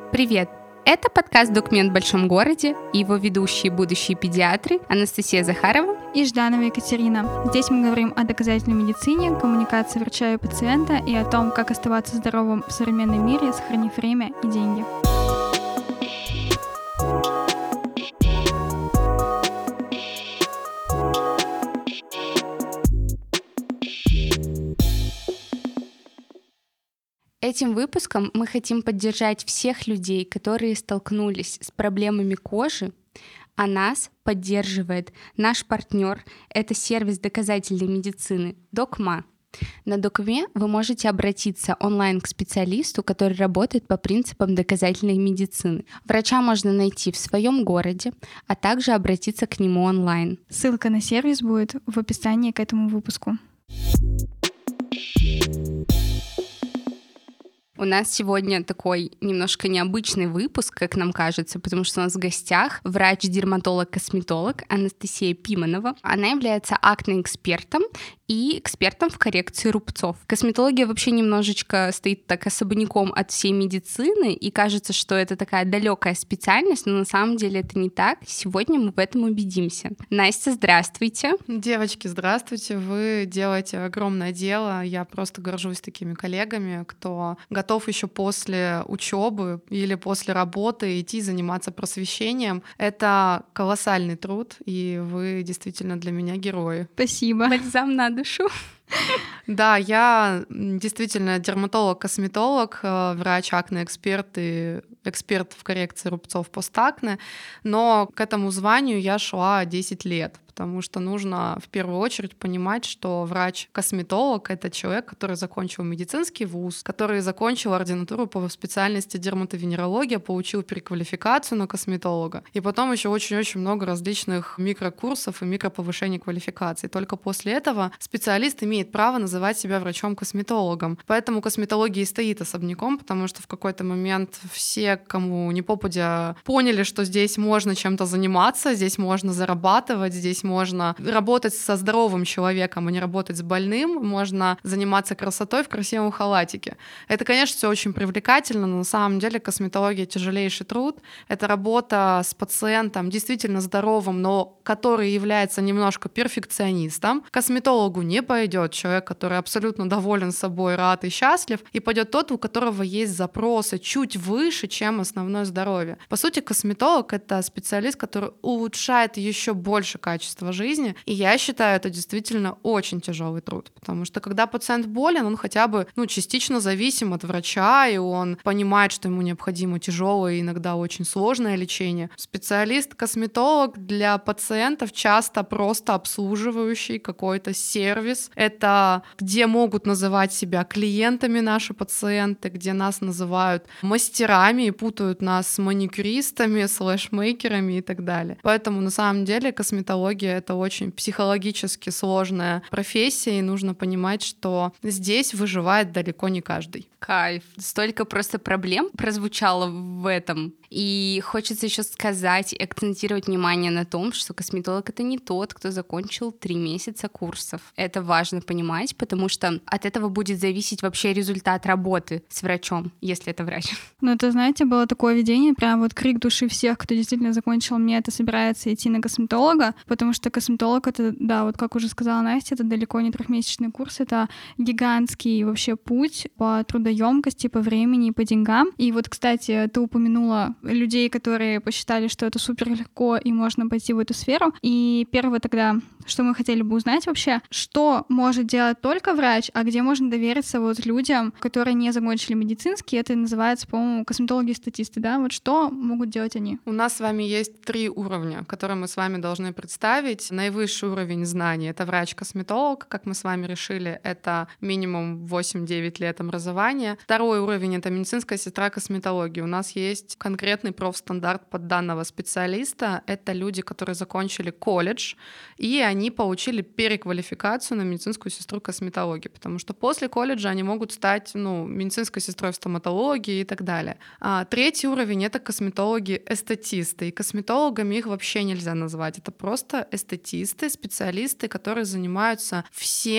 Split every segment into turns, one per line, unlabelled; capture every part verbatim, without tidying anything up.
Привет! Это подкаст «Документ в большом городе» и его ведущие будущие педиатры Анастасия Захарова
и Жданова Екатерина. Здесь мы говорим о доказательной медицине, коммуникации врача и пациента и о том, как оставаться здоровым в современном мире, сохранив время и деньги.
Этим выпуском мы хотим поддержать всех людей, которые столкнулись с проблемами кожи, а нас поддерживает наш партнер. Это сервис доказательной медицины «Докма». На Докме вы можете обратиться онлайн к специалисту, который работает по принципам доказательной медицины. Врача можно найти в своем городе, а также обратиться к нему онлайн.
Ссылка на сервис будет в описании к этому выпуску.
У нас сегодня такой немножко необычный выпуск, как нам кажется, потому что у нас в гостях врач-дерматолог-косметолог Анастасия Пиманова. Она является акне-экспертом и экспертом в коррекции рубцов. Косметология вообще немножечко стоит так особняком от всей медицины, и кажется, что это такая далекая специальность, но на самом деле это не так. Сегодня мы в этом убедимся. Настя, здравствуйте.
Девочки, здравствуйте. Вы делаете огромное дело. Я просто горжусь такими коллегами, кто готов еще после учебы или после работы идти заниматься просвещением. Это колоссальный труд, и вы действительно для меня герои.
Спасибо.
Бальзам на душу.
Да, я действительно дерматолог-косметолог, врач, акне-эксперт и эксперт в коррекции рубцов постакне, но к этому званию я шла десять лет, потому что нужно в первую очередь понимать, что врач-косметолог — это человек, который закончил медицинский вуз, который закончил ординатуру по специальности дерматовенерология, получил переквалификацию на косметолога, и потом еще очень-очень много различных микрокурсов и микроповышений квалификации. Только после этого специалист имеет право называть себя врачом-косметологом. Поэтому косметология и стоит особняком, потому что в какой-то момент все, кому не попадя, поняли, что здесь можно чем-то заниматься, здесь можно зарабатывать, здесь можно работать со здоровым человеком, а не работать с больным, можно заниматься красотой в красивом халатике. Это, конечно, все очень привлекательно, но на самом деле косметология — тяжелейший труд. Это работа с пациентом действительно здоровым, но который является немножко перфекционистом. К косметологу не пойдет человек, который абсолютно доволен собой, рад и счастлив, и пойдет тот, у которого есть запросы чуть выше, чем основное здоровье. По сути, косметолог — это специалист, который улучшает еще больше качество жизни, и я считаю, это действительно очень тяжелый труд, потому что когда пациент болен, он хотя бы ну, частично зависим от врача, и он понимает, что ему необходимо тяжелое и иногда очень сложное лечение. Специалист-косметолог для пациентов часто просто обслуживающий какой-то сервис. Это где могут называть себя клиентами наши пациенты, где нас называют мастерами и путают нас с маникюристами, слэшмейкерами и так далее. Поэтому на самом деле косметология — это очень психологически сложная профессия, и нужно понимать, что здесь выживает далеко не каждый.
Кайф. Столько просто проблем прозвучало в этом. И хочется еще сказать и акцентировать внимание на том, что косметолог — это не тот, кто закончил три месяца курсов. Это важно понимать, потому что от этого будет зависеть вообще результат работы с врачом, если это врач.
Ну, это, знаете, было такое видение, прям вот крик души всех, кто действительно закончил мед и собирается идти на косметолога, потому что косметолог — это, да, вот как уже сказала Настя, это далеко не трехмесячный курс, это гигантский вообще путь по трудоемкости, по времени, по деньгам. И вот, кстати, ты упомянула людей, которые посчитали, что это супер легко и можно пойти в эту сферу. И первое тогда, что мы хотели бы узнать вообще, что может делать только врач, а где можно довериться вот людям, которые не закончили медицинский. Это называется, по-моему, косметологи-статисты, да? Вот что могут делать они?
У нас с вами есть три уровня, которые мы с вами должны представить. Наивысший уровень знаний — это врач-косметолог, как мы с вами решили, это минимум восемь-девять лет образования. Второй уровень — это медицинская сестра косметологии. У нас есть конкретный профстандарт под данного специалиста. Это люди, которые закончили колледж, и они получили переквалификацию на медицинскую сестру косметологии, потому что после колледжа они могут стать ну, медицинской сестрой в стоматологии и так далее. А третий уровень — это косметологи-эстетисты. И косметологами их вообще нельзя назвать. Это просто эстетисты, специалисты, которые занимаются всем,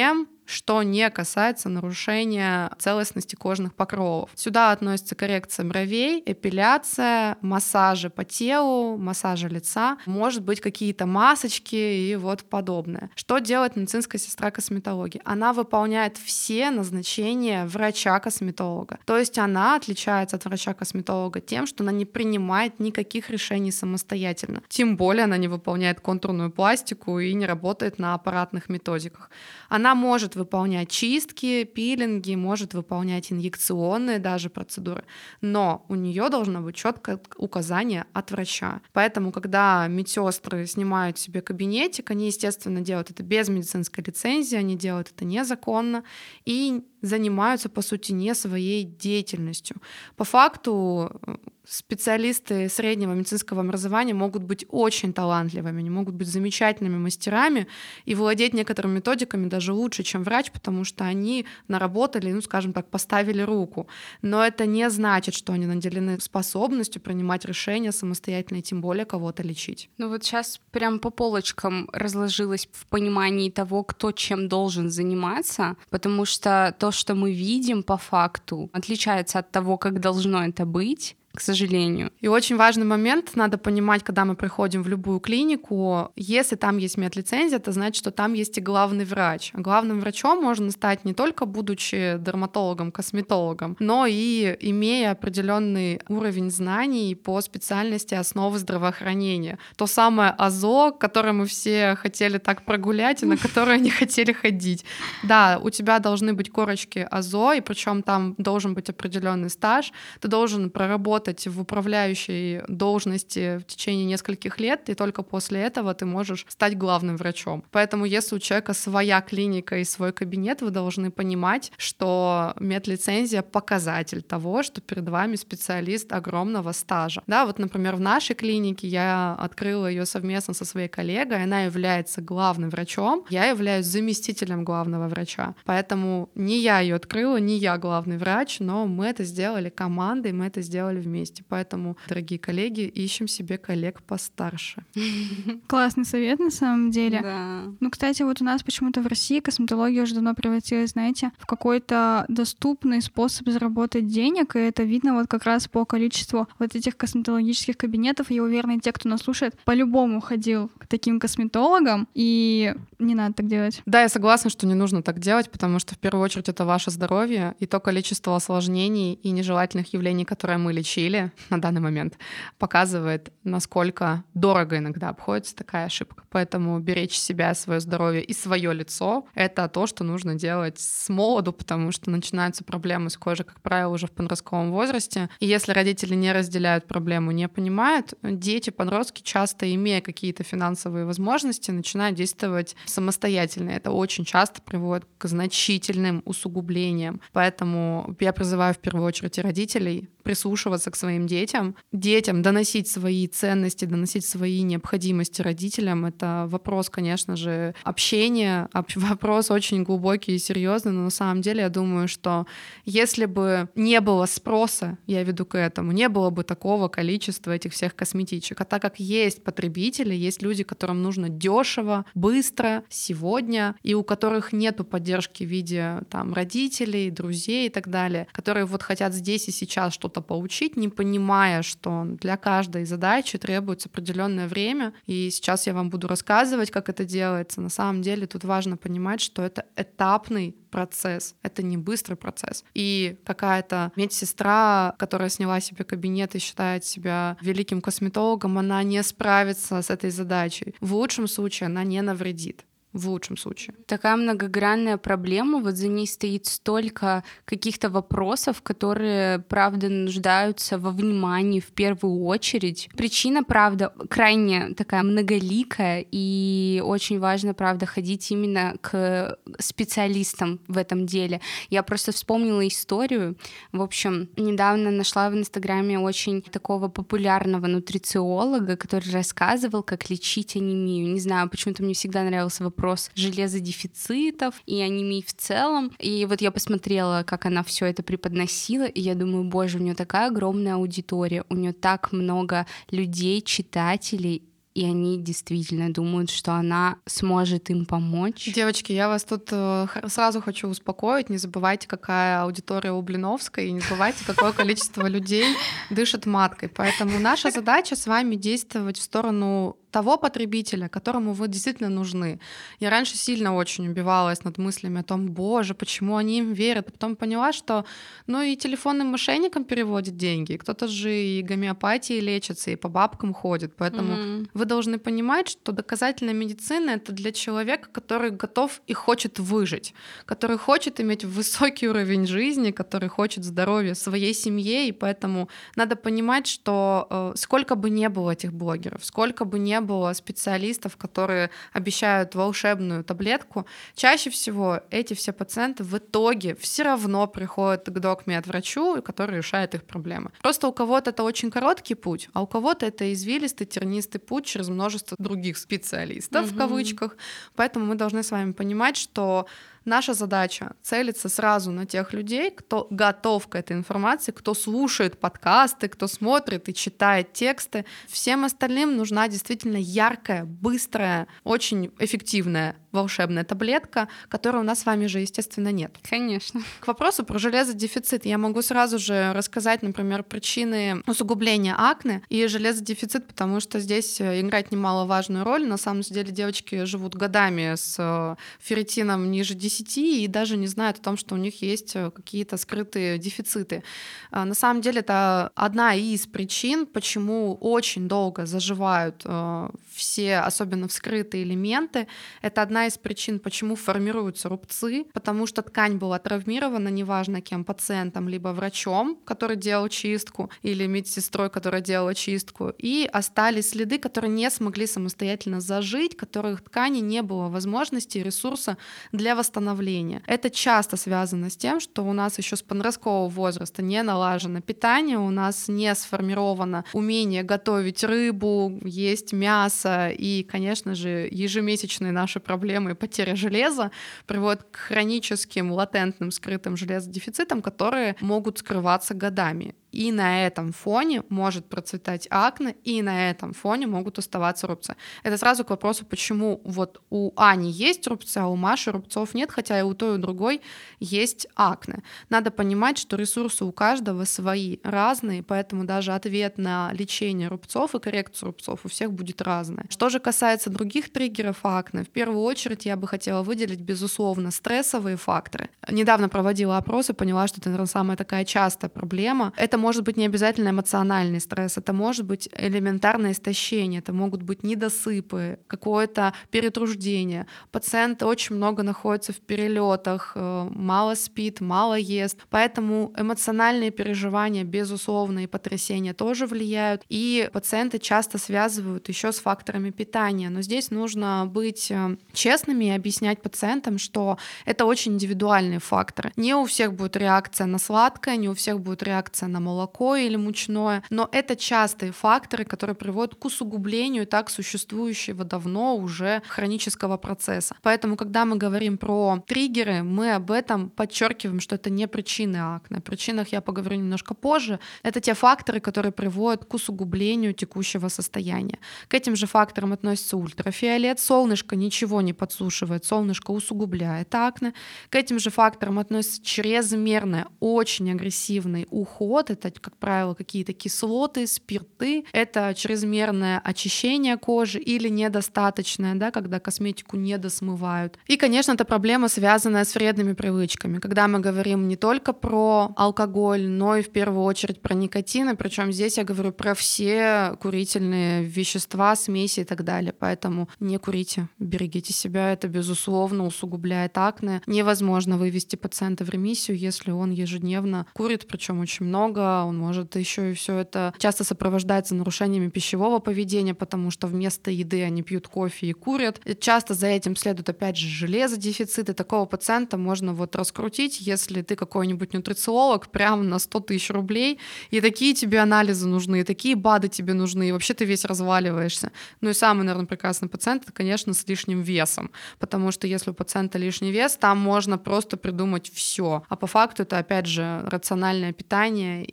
что не касается нарушения целостности кожных покровов. Сюда относится коррекция бровей, эпиляция, массажи по телу, массажи лица, может быть, какие-то масочки и вот подобное. Что делает медицинская сестра косметологии? Она выполняет все назначения врача-косметолога. То есть она отличается от врача-косметолога тем, что она не принимает никаких решений самостоятельно. Тем более она не выполняет контурную пластику и не работает на аппаратных методиках. Она может выполнять чистки, пилинги, может выполнять инъекционные даже процедуры, но у нее должно быть четкое указание от врача. Поэтому, когда медсестры снимают себе кабинетик, они, естественно, делают это без медицинской лицензии, они делают это незаконно и занимаются, по сути, не своей деятельностью. По факту специалисты среднего медицинского образования могут быть очень талантливыми, они могут быть замечательными мастерами и владеть некоторыми методиками даже лучше, чем врач, потому что они наработали, ну, скажем так, поставили руку. Но это не значит, что они наделены способностью принимать решения самостоятельно и тем более кого-то лечить.
Ну вот сейчас прям по полочкам разложилось в понимании того, кто чем должен заниматься, потому что то, что мы видим по факту, отличается от того, как должно это быть, к сожалению.
И очень важный момент, надо понимать, когда мы приходим в любую клинику, если там есть медлицензия, это значит, что там есть и главный врач. А главным врачом можно стать не только будучи дерматологом, косметологом, но и имея определенный уровень знаний по специальности основы здравоохранения. То самое АЗО, которое мы все хотели так прогулять и на которое не хотели ходить. Да, у тебя должны быть корочки АЗО, и причем там должен быть определенный стаж, ты должен проработать в управляющей должности в течение нескольких лет, и только после этого ты можешь стать главным врачом. Поэтому если у человека своя клиника и свой кабинет, вы должны понимать, что медлицензия — показатель того, что перед вами специалист огромного стажа. Да, вот, например, в нашей клинике я открыла ее совместно со своей коллегой, она является главным врачом, я являюсь заместителем главного врача. Поэтому не я ее открыла, не я главный врач, но мы это сделали командой, мы это сделали вместе. Вместе. Поэтому, дорогие коллеги, ищем себе коллег постарше.
Классный совет, на самом деле.
Да.
Ну, кстати, вот у нас почему-то в России косметология уже давно превратилась, знаете, в какой-то доступный способ заработать денег, и это видно вот как раз по количеству вот этих косметологических кабинетов. Я уверена, те, кто нас слушает, по-любому ходил к таким косметологам, и не надо так делать.
Да, я согласна, что не нужно так делать, потому что в первую очередь это ваше здоровье, и то количество осложнений и нежелательных явлений, которые мы лечили на данный момент, показывает, насколько дорого иногда обходится такая ошибка. Поэтому беречь себя, свое здоровье и свое лицо — это то, что нужно делать с молоду, потому что начинаются проблемы с кожей, как правило, уже в подростковом возрасте. И если родители не разделяют проблему, не понимают, дети, подростки, часто, имея какие-то финансовые возможности, начинают действовать самостоятельно. Это очень часто приводит к значительным усугублениям. Поэтому я призываю в первую очередь и родителей прислушиваться к своим детям, детям доносить свои ценности, доносить свои необходимости родителям. Это вопрос, конечно же, общения, вопрос очень глубокий и серьезный, но на самом деле я думаю, что если бы не было спроса, я веду к этому, не было бы такого количества этих всех косметичек. А так как есть потребители, есть люди, которым нужно дешево, быстро, сегодня, и у которых нету поддержки в виде там родителей, друзей и так далее, которые вот хотят здесь и сейчас что-то получить, не понимая, что для каждой задачи требуется определенное время. И сейчас я вам буду рассказывать, как это делается. На самом деле тут важно понимать, что это этапный процесс, это не быстрый процесс. И какая-то медсестра, которая сняла себе кабинет и считает себя великим косметологом, она не справится с этой задачей. В лучшем случае она не навредит. В лучшем случае.
Такая многогранная проблема, вот за ней стоит столько каких-то вопросов, которые, правда, нуждаются во внимании в первую очередь. Причина, правда, крайне такая многоликая, и очень важно, правда, ходить именно к специалистам в этом деле. Я просто вспомнила историю. В общем, недавно нашла в Инстаграме очень такого популярного нутрициолога, который рассказывал, как лечить анемию. Не знаю, почему-то мне всегда нравился вопрос железодефицитов и анемии в целом. И вот я посмотрела, как она все это преподносила, и я думаю, боже, у нее такая огромная аудитория, у нее так много людей, читателей, и они действительно думают, что она сможет им помочь.
Девочки, я вас тут э, сразу хочу успокоить. Не забывайте, какая аудитория у Блиновской, и не забывайте, какое количество людей дышит маткой. Поэтому наша задача с вами действовать в сторону того потребителя, которому вы действительно нужны. Я раньше сильно очень убивалась над мыслями о том, боже, почему они им верят. А потом поняла, что ну и телефонным мошенникам переводят деньги, кто-то же и гомеопатией лечится, и по бабкам ходит. Поэтому mm-hmm. вы должны понимать, что доказательная медицина — это для человека, который готов и хочет выжить, который хочет иметь высокий уровень жизни, который хочет здоровья своей семье, и поэтому надо понимать, что э, сколько бы ни было этих блогеров, сколько бы ни было специалистов, которые обещают волшебную таблетку, чаще всего эти все пациенты в итоге все равно приходят к док-медврачу, который решает их проблемы. Просто у кого-то это очень короткий путь, а у кого-то это извилистый, тернистый путь через множество других специалистов, mm-hmm. в кавычках. Поэтому мы должны с вами понимать, что наша задача — целиться сразу на тех людей, кто готов к этой информации, кто слушает подкасты, кто смотрит и читает тексты. Всем остальным нужна действительно яркая, быстрая, очень эффективная волшебная таблетка, которой у нас с вами же, естественно, нет.
Конечно.
К вопросу про железодефицит я могу сразу же рассказать, например, причины усугубления акне и железодефицит, потому что здесь играет немаловажную роль. На самом деле девочки живут годами с ферритином ниже десяти и даже не знают о том, что у них есть какие-то скрытые дефициты. На самом деле это одна из причин, почему очень долго заживают все, особенно вскрытые элементы. Это одна из причин, почему формируются рубцы, потому что ткань была травмирована, неважно кем, пациентом, либо врачом, который делал чистку, или медсестрой, которая делала чистку, и остались следы, которые не смогли самостоятельно зажить, которых ткани не было возможности и ресурса для восстановления. Это часто связано с тем, что у нас еще с подросткового возраста не налажено питание, у нас не сформировано умение готовить рыбу, есть мясо, и, конечно же, ежемесячные наши проблемы и потеря железа приводят к хроническим, латентным, скрытым железодефицитам, которые могут скрываться годами. И на этом фоне может процветать акне, и на этом фоне могут оставаться рубцы. Это сразу к вопросу, почему вот у Ани есть рубцы, а у Маши рубцов нет, хотя и у той, и у другой есть акне. Надо понимать, что ресурсы у каждого свои, разные, поэтому даже ответ на лечение рубцов и коррекцию рубцов у всех будет разный. Что же касается других триггеров акне, в первую очередь я бы хотела выделить, безусловно, стрессовые факторы. Недавно проводила опрос и поняла, что это, наверное, самая такая частая проблема. Это может быть не обязательно эмоциональный стресс, это может быть элементарное истощение, это могут быть недосыпы, какое-то перетруждение. Пациенты очень много находятся в перелетах, мало спит, мало ест, поэтому эмоциональные переживания, безусловно, и потрясения тоже влияют, и пациенты часто связывают еще с факторами питания, но здесь нужно быть честными и объяснять пациентам, что это очень индивидуальные факторы. Не у всех будет реакция на сладкое, не у всех будет реакция на молоко, молоко или мучное, но это частые факторы, которые приводят к усугублению и так существующего давно уже хронического процесса. Поэтому, когда мы говорим про триггеры, мы об этом подчеркиваем, что это не причины акне. О причинах я поговорю немножко позже. Это те факторы, которые приводят к усугублению текущего состояния. К этим же факторам относится ультрафиолет. Солнышко ничего не подсушивает, солнышко усугубляет акне. К этим же факторам относится чрезмерный, очень агрессивный уход. Это, как правило, какие-то кислоты, спирты. Это чрезмерное очищение кожи или недостаточное, да, когда косметику не досмывают. И, конечно, это проблема, связанная с вредными привычками. Когда мы говорим не только про алкоголь, но и в первую очередь про никотин, причем здесь я говорю про все курительные вещества, смеси и так далее. Поэтому не курите, берегите себя, это, безусловно, усугубляет акне. Невозможно вывести пациента в ремиссию, если он ежедневно курит, причем очень много. Он может еще и все это часто сопровождается нарушениями пищевого поведения, потому что вместо еды они пьют кофе и курят. И часто за этим следует, опять же, железодефицит, и такого пациента можно вот раскрутить, если ты какой-нибудь нутрициолог, прямо на сто тысяч рублей, и такие тебе анализы нужны, и такие БАДы тебе нужны, и вообще ты весь разваливаешься. Ну и самый, наверное, прекрасный пациент, это, конечно, с лишним весом, потому что если у пациента лишний вес, там можно просто придумать все. А по факту это, опять же, рациональное питание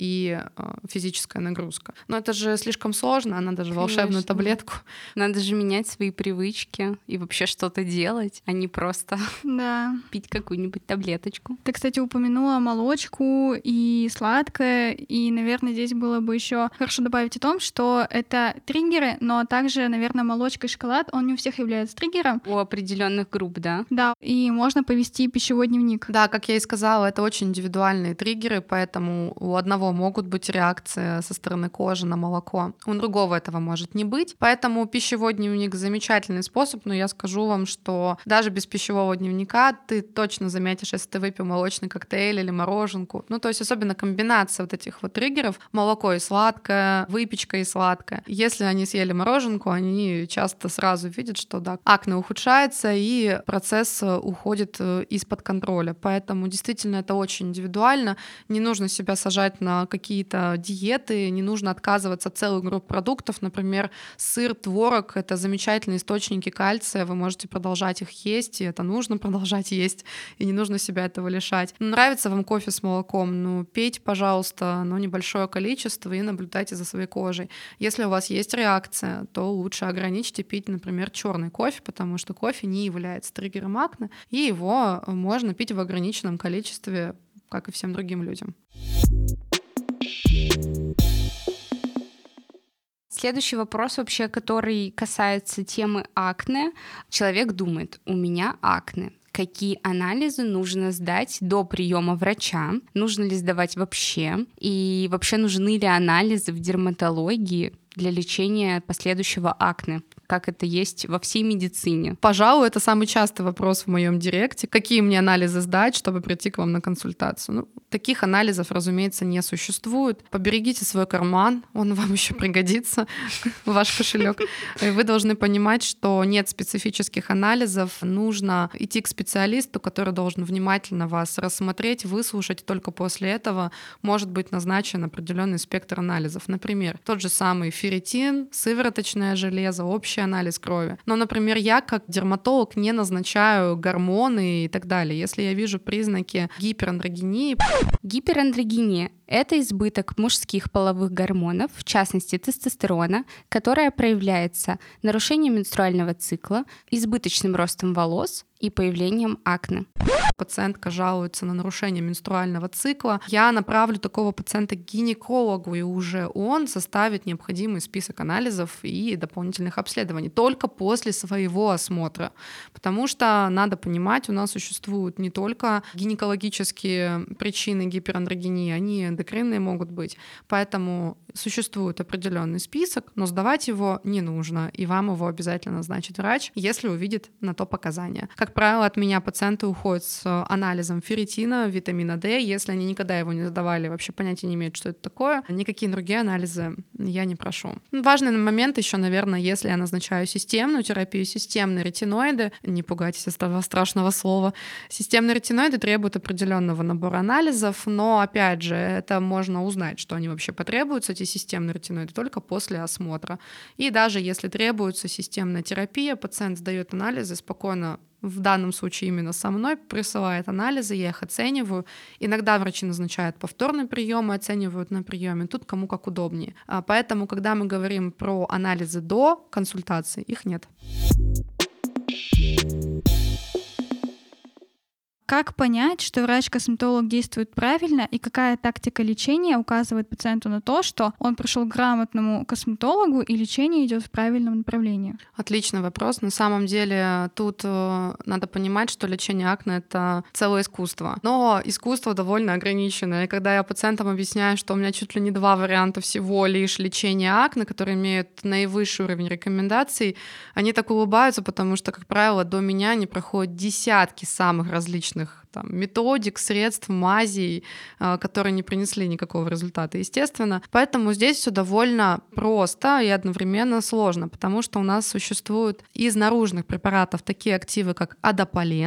и физическая нагрузка. Но это же слишком сложно, надо же волшебную таблетку.
Надо же менять свои привычки и вообще что-то делать, а не просто
да.
пить какую-нибудь таблеточку.
Ты, кстати, упомянула молочку и сладкое, и, наверное, здесь было бы еще хорошо добавить о том, что это триггеры, но также, наверное, молочка и шоколад, он не у всех является триггером.
У определенных групп, да?
Да, и можно повести пищевой дневник.
Да, как я и сказала, это очень индивидуальные триггеры, поэтому у одного могут быть реакции со стороны кожи на молоко, у другого этого может не быть. Поэтому пищевой дневник — замечательный способ, но я скажу вам, что даже без пищевого дневника ты точно заметишь, если ты выпил молочный коктейль или мороженку. Ну, то есть особенно комбинация вот этих вот триггеров: молоко и сладкое, выпечка и сладкое. Если они съели мороженку, они часто сразу видят, что да, акне ухудшается и процесс уходит из-под контроля. Поэтому действительно это очень индивидуально. Не нужно себя сажать на какие-то диеты, не нужно отказываться от целых групп продуктов. Например, сыр, творог — это замечательные источники кальция, вы можете продолжать их есть, и это нужно продолжать есть, и не нужно себя этого лишать. Нравится вам кофе с молоком? Ну, пейте, пожалуйста, но небольшое количество и наблюдайте за своей кожей. Если у вас есть реакция, то лучше ограничьте пить, например, черный кофе, потому что кофе не является триггером акне, и его можно пить в ограниченном количестве, как и всем другим людям.
Следующий вопрос вообще, который касается темы акне. Человек думает: у меня акне. Какие анализы нужно сдать до приема врача? Нужно ли сдавать вообще? И вообще нужны ли анализы в дерматологии для лечения последующего акне, как это есть во всей медицине?
Пожалуй, это самый частый вопрос в моем директе. Какие мне анализы сдать, чтобы прийти к вам на консультацию? Ну, таких анализов, разумеется, не существует. Поберегите свой карман, он вам еще пригодится, ваш кошелек. Вы должны понимать, что нет специфических анализов. Нужно идти к специалисту, который должен внимательно вас рассмотреть, выслушать. Только после этого может быть назначен определенный спектр анализов. Например, тот же самый ферритин, сывороточное железо, общий анализ крови. Но, например, я как дерматолог не назначаю гормоны и так далее. Если я вижу признаки гиперандрогении.
Гиперандрогения — это избыток мужских половых гормонов, в частности тестостерона, которая проявляется нарушением менструального цикла, избыточным ростом волос и появлением акне.
Пациентка жалуется на нарушение менструального цикла. Я направлю такого пациента к гинекологу, и уже он составит необходимый список анализов и дополнительных обследований только после своего осмотра. Потому что, надо понимать, у нас существуют не только гинекологические причины гиперандрогении, они эндокринные могут быть. Поэтому существует определенный список, но сдавать его не нужно, и вам его обязательно назначит врач, если увидит на то показания. Как правило, от меня пациенты уходят с анализом ферритина, витамина D. Если они никогда его не сдавали, вообще понятия не имеют, что это такое, никакие другие анализы я не прошу. Важный момент еще, наверное, если я назначаю системную терапию, системные ретиноиды, не пугайтесь этого страшного слова, системные ретиноиды требуют определенного набора анализов, но, опять же, это можно узнать, что они вообще потребуются, эти системные ретиноиды, только после осмотра. И даже если требуется системная терапия, пациент сдает анализы спокойно, в данном случае именно со мной, присылает анализы, я их оцениваю. Иногда врачи назначают повторный прием и оценивают на приеме. Тут кому как удобнее. Поэтому, когда мы говорим про анализы до консультации, их нет.
Как понять, что врач-косметолог действует правильно, и какая тактика лечения указывает пациенту на то, что он пришел к грамотному косметологу и лечение идет в правильном направлении?
Отличный вопрос. На самом деле тут э, надо понимать, что лечение акне — это целое искусство. Но искусство довольно ограниченное. И когда я пациентам объясняю, что у меня чуть ли не два варианта всего лишь лечения акне, которые имеют наивысший уровень рекомендаций, они так улыбаются, потому что, как правило, до меня они проходят десятки самых различных там, методик, средств, мазей, которые не принесли никакого результата, естественно. Поэтому здесь все довольно просто и одновременно сложно, потому что у нас существуют из наружных препаратов такие активы, как адополен,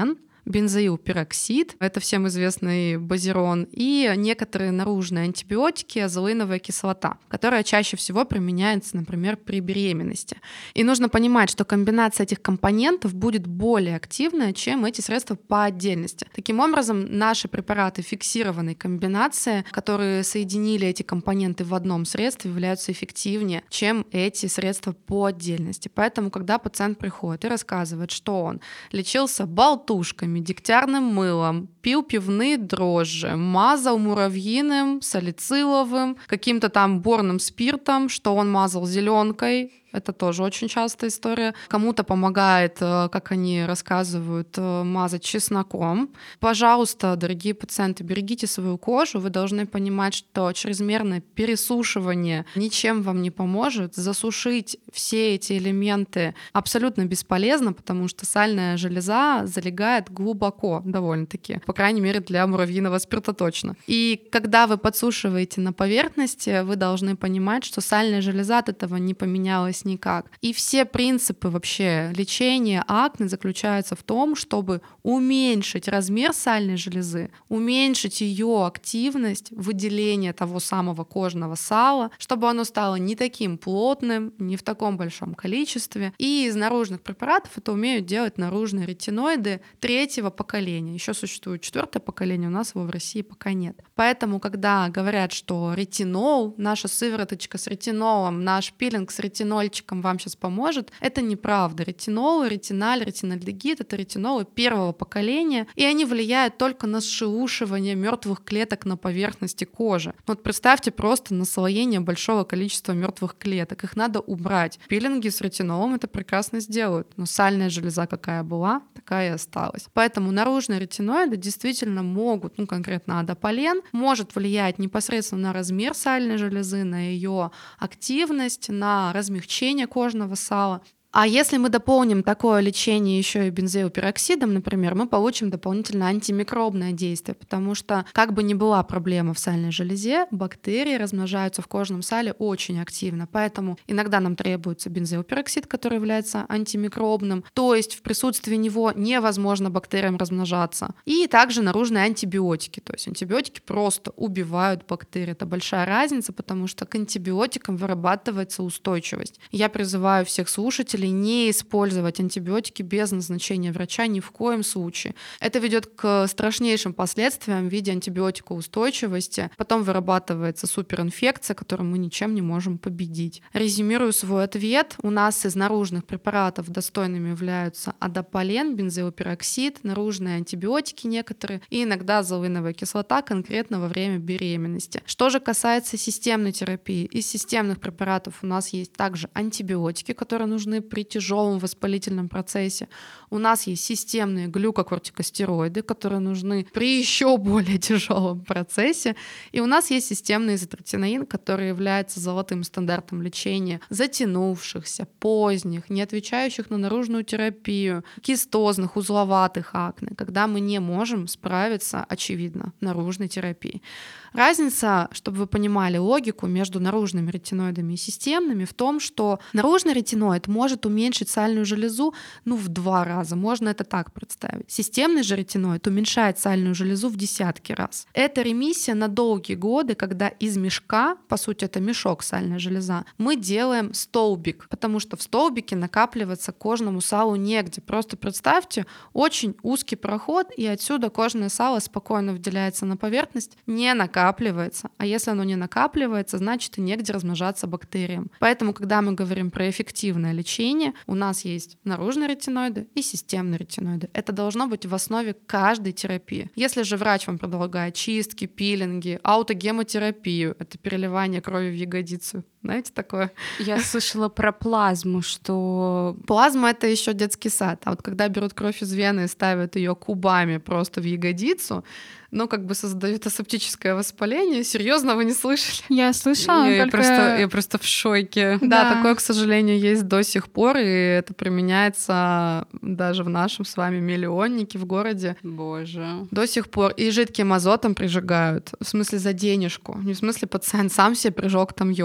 бензоилпероксид, это всем известный базирон, и некоторые наружные антибиотики, азолиновая кислота, которая чаще всего применяется, например, при беременности. И нужно понимать, что комбинация этих компонентов будет более активная, чем эти средства по отдельности. Таким образом, наши препараты фиксированной комбинации, которые соединили эти компоненты в одном средстве, являются эффективнее, чем эти средства по отдельности. Поэтому, когда пациент приходит и рассказывает, что он лечился болтушками, дегтярным мылом, пил пивные дрожжи, мазал муравьиным, салициловым, каким-то там борным спиртом, что он мазал зеленкой. Это тоже очень частая история. Кому-то помогает, как они рассказывают, мазать чесноком. Пожалуйста, дорогие пациенты, берегите свою кожу. Вы должны понимать, что чрезмерное пересушивание ничем вам не поможет. Засушить все эти элементы абсолютно бесполезно, потому что сальная железа залегает глубоко довольно-таки. По крайней мере, для муравьиного спирта точно. И когда вы подсушиваете на поверхности, вы должны понимать, что сальная железа от этого не поменялась никак. И все принципы вообще лечения акне заключаются в том, чтобы уменьшить размер сальной железы, уменьшить ее активность, выделение того самого кожного сала, чтобы оно стало не таким плотным, не в таком большом количестве. И из наружных препаратов это умеют делать наружные ретиноиды третьего поколения. Еще существует четвертое поколение, у нас его в России пока нет. Поэтому, когда говорят, что ретинол, наша сывороточка с ретинолом, наш пилинг с ретинольчиком вам сейчас поможет, это неправда. Ретинол, ретиналь, ретинальдегид — это ретинолы первого поколения, и они влияют только на сшелушивание мертвых клеток на поверхности кожи. Вот представьте просто наслоение большого количества мертвых клеток. Их надо убрать. Пилинги с ретинолом это прекрасно сделают, но сальная железа какая была, такая и осталась. Поэтому наружные ретиноиды действительно могут, ну конкретно адополен, может влиять непосредственно на размер сальной железы, на ее активность, на размягчение кожного сала. А если мы дополним такое лечение еще и бензоилпероксидом, например, мы получим дополнительно антимикробное действие, потому что, как бы ни была проблема в сальной железе, бактерии размножаются в кожном сале очень активно, поэтому иногда нам требуется бензоилпероксид, который является антимикробным, то есть в присутствии него невозможно бактериям размножаться. И также наружные антибиотики, то есть антибиотики просто убивают бактерии. Это большая разница, потому что к антибиотикам вырабатывается устойчивость. Я призываю всех слушателей не использовать антибиотики без назначения врача ни в коем случае. Это ведет к страшнейшим последствиям в виде антибиотикоустойчивости. Потом вырабатывается суперинфекция, которую мы ничем не можем победить. Резюмирую свой ответ. У нас из наружных препаратов достойными являются адополен, бензоилпероксид, наружные антибиотики некоторые и иногда азолиновая кислота, конкретно во время беременности. Что же касается системной терапии, из системных препаратов у нас есть также антибиотики, которые нужны при тяжелом воспалительном процессе. У нас есть системные глюкокортикостероиды, которые нужны при еще более тяжелом процессе. И у нас есть системный изотретиноин, который является золотым стандартом лечения затянувшихся, поздних, не отвечающих на наружную терапию, кистозных, узловатых акне, когда мы не можем справиться, очевидно, наружной терапией. Разница, чтобы вы понимали логику между наружными ретиноидами и системными, в том, что наружный ретиноид может уменьшить сальную железу ну, в два раза. Можно это так представить. Системный же ретиноид уменьшает сальную железу в десятки раз. Это ремиссия на долгие годы, когда из мешка, по сути это мешок сальная железа, мы делаем столбик, потому что в столбике накапливаться кожному салу негде. Просто представьте, очень узкий проход, и отсюда кожное сало спокойно выделяется на поверхность, не накапливается. накапливается, а если оно не накапливается, значит и негде размножаться бактериям. Поэтому, когда мы говорим про эффективное лечение, у нас есть наружные ретиноиды и системные ретиноиды. Это должно быть в основе каждой терапии. Если же врач вам предлагает чистки, пилинги, аутогемотерапию, это переливание крови в ягодицу, знаете такое?
Я слышала про плазму, что...
Плазма — это еще детский сад. А вот когда берут кровь из вены и ставят ее кубами просто в ягодицу, ну, как бы создают асептическое воспаление. Серьезно, вы не слышали?
Я слышала,
я,
только...
я, просто, я просто в шоке. Да. да, такое, к сожалению, есть до сих пор, и это применяется даже в нашем с вами миллионнике в городе.
Боже.
До сих пор. И жидким азотом прижигают. В смысле, за денежку. Не в смысле, пациент сам себе прижег там йодом. Он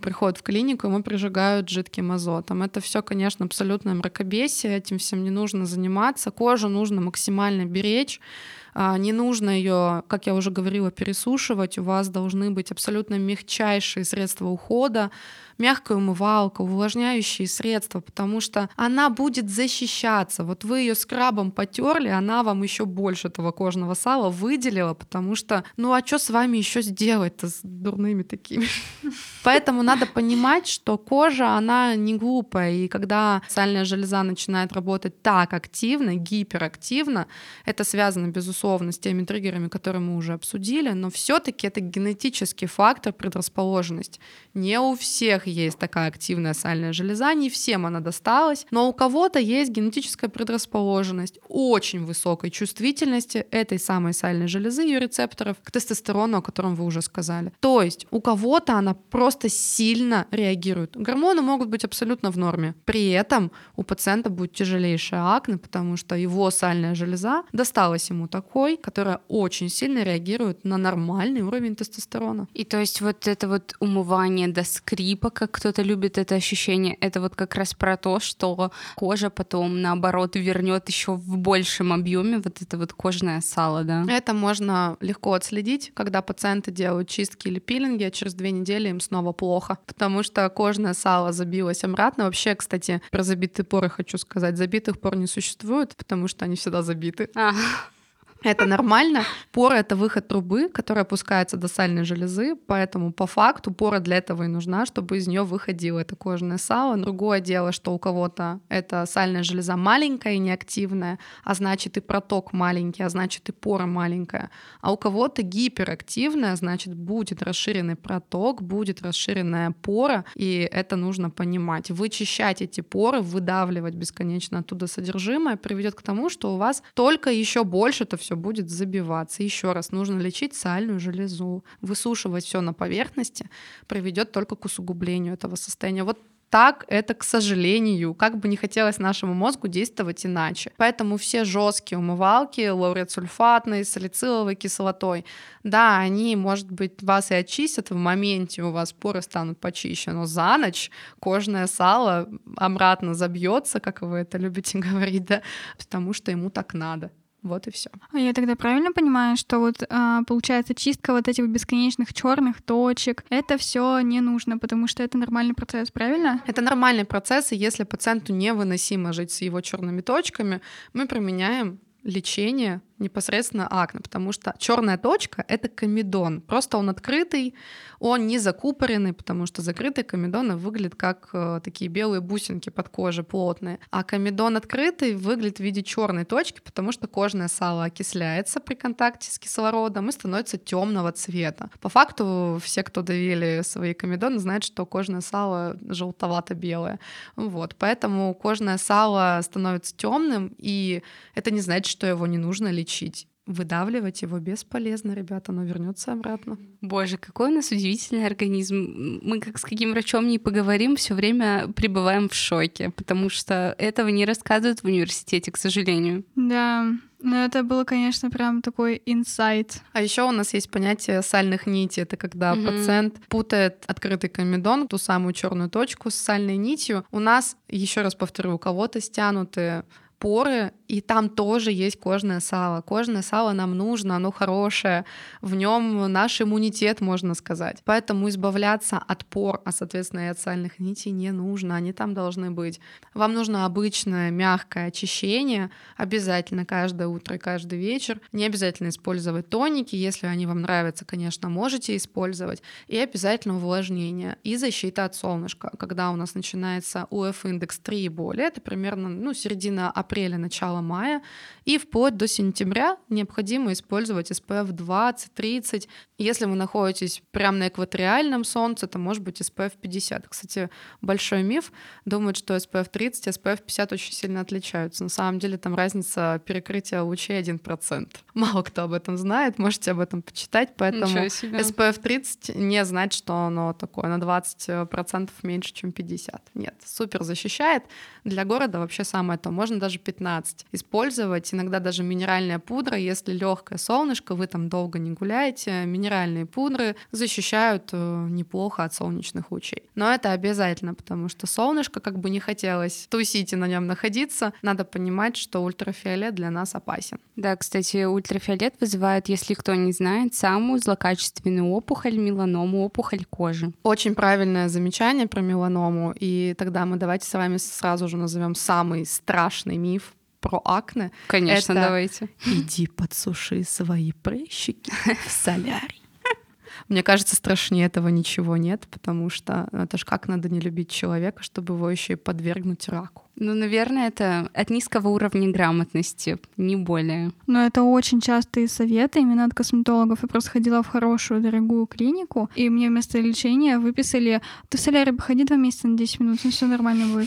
приходят в клинику, ему прижигают жидким азотом. Это все, конечно, абсолютное мракобесие, этим всем не нужно заниматься. Кожу нужно максимально беречь. Не нужно ее, как я уже говорила, пересушивать. У вас должны быть абсолютно мягчайшие средства ухода, мягкая умывалка, увлажняющие средства, потому что она будет защищаться. Вот вы ее скрабом потерли, она вам еще больше этого кожного сала выделила, потому что, ну а что с вами еще сделать-то с дурными такими? Поэтому надо понимать, что кожа, она не глупая, и когда сальная железа начинает работать так активно, гиперактивно, это связано, безусловно, с теми триггерами, которые мы уже обсудили, но все-таки это генетический фактор, предрасположенность. Не у всех есть такая активная сальная железа, не всем она досталась, но у кого-то есть генетическая предрасположенность очень высокой чувствительности этой самой сальной железы, ее рецепторов к тестостерону, о котором вы уже сказали. То есть у кого-то она просто сильно реагирует. Гормоны могут быть абсолютно в норме. При этом у пациента будет тяжелейшая акне, потому что его сальная железа досталась ему такой, которая очень сильно реагирует на нормальный уровень тестостерона.
И то есть вот это вот умывание до скрипа, как кто-то любит это ощущение, это вот как раз про то, что кожа потом, наоборот, вернет еще в большем объеме вот это вот кожное сало, да?
Это можно легко отследить, когда пациенты делают чистки или пилинги, а через две недели им снова плохо, потому что кожное сало забилось обратно. Вообще, кстати, про забитые поры хочу сказать. Забитых пор не существует, потому что они всегда забиты.
А.
Это нормально. Пора — это выход трубы, которая опускается до сальной железы, поэтому по факту пора для этого и нужна, чтобы из нее выходило это кожное сало. Другое дело, что у кого-то эта сальная железа маленькая и неактивная, а значит и проток маленький, а значит и пора маленькая. А у кого-то гиперактивная, значит будет расширенный проток, будет расширенная пора, и это нужно понимать. Вычищать эти поры, выдавливать бесконечно оттуда содержимое приведет к тому, что у вас только еще больше это все будет забиваться. Еще раз, нужно лечить сальную железу. Высушивать все на поверхности приведет только к усугублению этого состояния. Вот так это, к сожалению, как бы не хотелось нашему мозгу действовать иначе. Поэтому все жесткие умывалки лауретсульфатной, салициловой кислотой, да, они, может быть, вас и очистят в моменте, у вас поры станут почище, но за ночь кожное сало обратно забьется, как вы это любите говорить, да, потому что ему так надо. Вот и все.
А я тогда правильно понимаю, что вот а, получается чистка вот этих бесконечных черных точек, это все не нужно, потому что это нормальный процесс, правильно?
Это нормальный процесс, и если пациенту невыносимо жить с его черными точками, мы применяем лечение непосредственно акне, потому что черная точка — это комедон. Просто он открытый, он не закупоренный, потому что закрытые комедоны выглядят как э, такие белые бусинки под кожей, плотные. А комедон открытый выглядит в виде черной точки, потому что кожное сало окисляется при контакте с кислородом и становится темного цвета. По факту все, кто давили свои комедоны, знают, что кожное сало желтовато-белое. Вот. Поэтому кожное сало становится темным, и это не значит, что его не нужно лечить. Выдавливать его бесполезно, ребята, оно вернется обратно.
Боже, какой у нас удивительный организм. Мы как с каким врачом не поговорим, все время пребываем в шоке, потому что этого не рассказывают в университете, к сожалению.
Да, но это было, конечно, прям такой инсайт.
А еще у нас есть понятие сальных нитей. Это когда mm-hmm. пациент путает открытый комедон, ту самую черную точку с сальной нитью. У нас, еще раз повторю, у кого-то стянуты поры, и там тоже есть кожное сало. Кожное сало нам нужно, оно хорошее, в нем наш иммунитет, можно сказать. Поэтому избавляться от пор, а, соответственно, и от сальных нитей не нужно, они там должны быть. Вам нужно обычное мягкое очищение, обязательно каждое утро и каждый вечер. Не обязательно использовать тоники, если они вам нравятся, конечно, можете использовать. И обязательно увлажнение и защита от солнышка. Когда у нас начинается ю эф индекс три и более, это примерно ну, середина апреля, начало мая, и вплоть до сентября необходимо использовать эс пэ эф двадцать тридцать. Если вы находитесь прямо на экваториальном солнце, то может быть эс пэ эф пятьдесят. Кстати, большой миф. Думают, что эс пэ эф тридцать и эс пэ эф пятьдесят очень сильно отличаются. На самом деле там разница перекрытия лучей один процент. Мало кто об этом знает, можете об этом почитать, поэтому эс пэ эф тридцать не значит, что оно такое на двадцать процентов меньше, чем пятьдесят. Нет, супер защищает. Для города вообще самое то, можно даже пятнадцать. использовать иногда даже минеральная пудра, если легкое солнышко, вы там долго не гуляете, минеральные пудры защищают неплохо от солнечных лучей. Но это обязательно, потому что солнышко, как бы не хотелось тусить и на нем находиться, надо понимать, что ультрафиолет для нас опасен.
Да, кстати, ультрафиолет вызывает, если кто не знает, самую злокачественную опухоль, меланому, опухоль кожи.
Очень правильное замечание про меланому, и тогда мы давайте с вами сразу же назовем самый страшный миф про акне.
Конечно,
это
давайте.
Иди подсуши свои прыщики в солярий. Мне кажется, страшнее этого ничего нет, потому что это ж как надо не любить человека, чтобы его еще и подвергнуть раку.
Ну, наверное, это от низкого уровня грамотности, не более.
Но это очень частые советы именно от косметологов. Я просто ходила в хорошую, дорогую клинику, и мне вместо лечения выписали: ты в солярий походи два месяца на десять минут, и все нормально будет.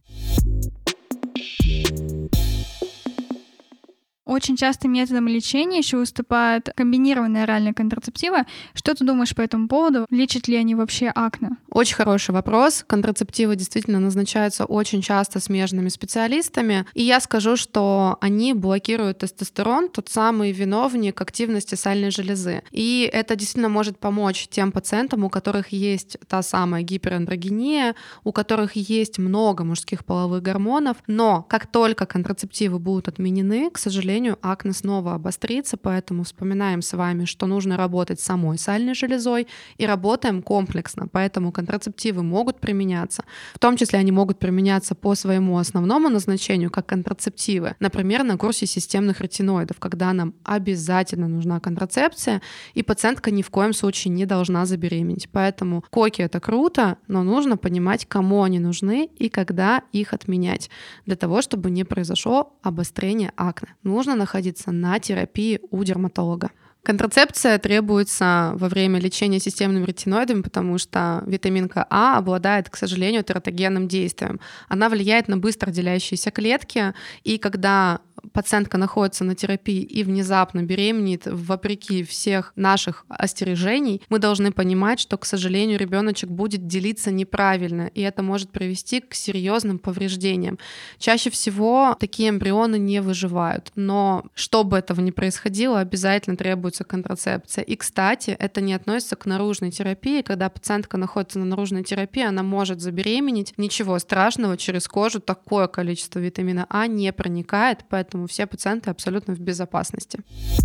Очень частым методом лечения еще выступают комбинированные оральные контрацептивы. Что ты думаешь по этому поводу? Лечат ли они вообще акне?
Очень хороший вопрос. Контрацептивы действительно назначаются очень часто смежными специалистами. И я скажу, что они блокируют тестостерон, тот самый виновник активности сальной железы. И это действительно может помочь тем пациентам, у которых есть та самая гиперандрогения, у которых есть много мужских половых гормонов. Но как только контрацептивы будут отменены, к сожалению, акне снова обострится, поэтому вспоминаем с вами, что нужно работать с самой сальной железой и работаем комплексно, поэтому контрацептивы могут применяться, в том числе они могут применяться по своему основному назначению, как контрацептивы, например, на курсе системных ретиноидов, когда нам обязательно нужна контрацепция, и пациентка ни в коем случае не должна забеременеть. Поэтому коки — это круто, но нужно понимать, кому они нужны и когда их отменять, для того, чтобы не произошло обострение акне. Нужно находиться на терапии у дерматолога. Контрацепция требуется во время лечения системными ретиноидами, потому что витаминка А обладает, к сожалению, тератогенным действием. Она влияет на быстро делящиеся клетки, и когда пациентка находится на терапии и внезапно беременеет вопреки всех наших остережений, мы должны понимать, что, к сожалению, ребеночек будет делиться неправильно, и это может привести к серьезным повреждениям. Чаще всего такие эмбрионы не выживают, но чтобы этого не происходило, обязательно требуется контрацепция. И, кстати, это не относится к наружной терапии. Когда пациентка находится на наружной терапии, она может забеременеть. Ничего страшного, через кожу такое количество витамина А не проникает, поэтому все пациенты абсолютно в безопасности.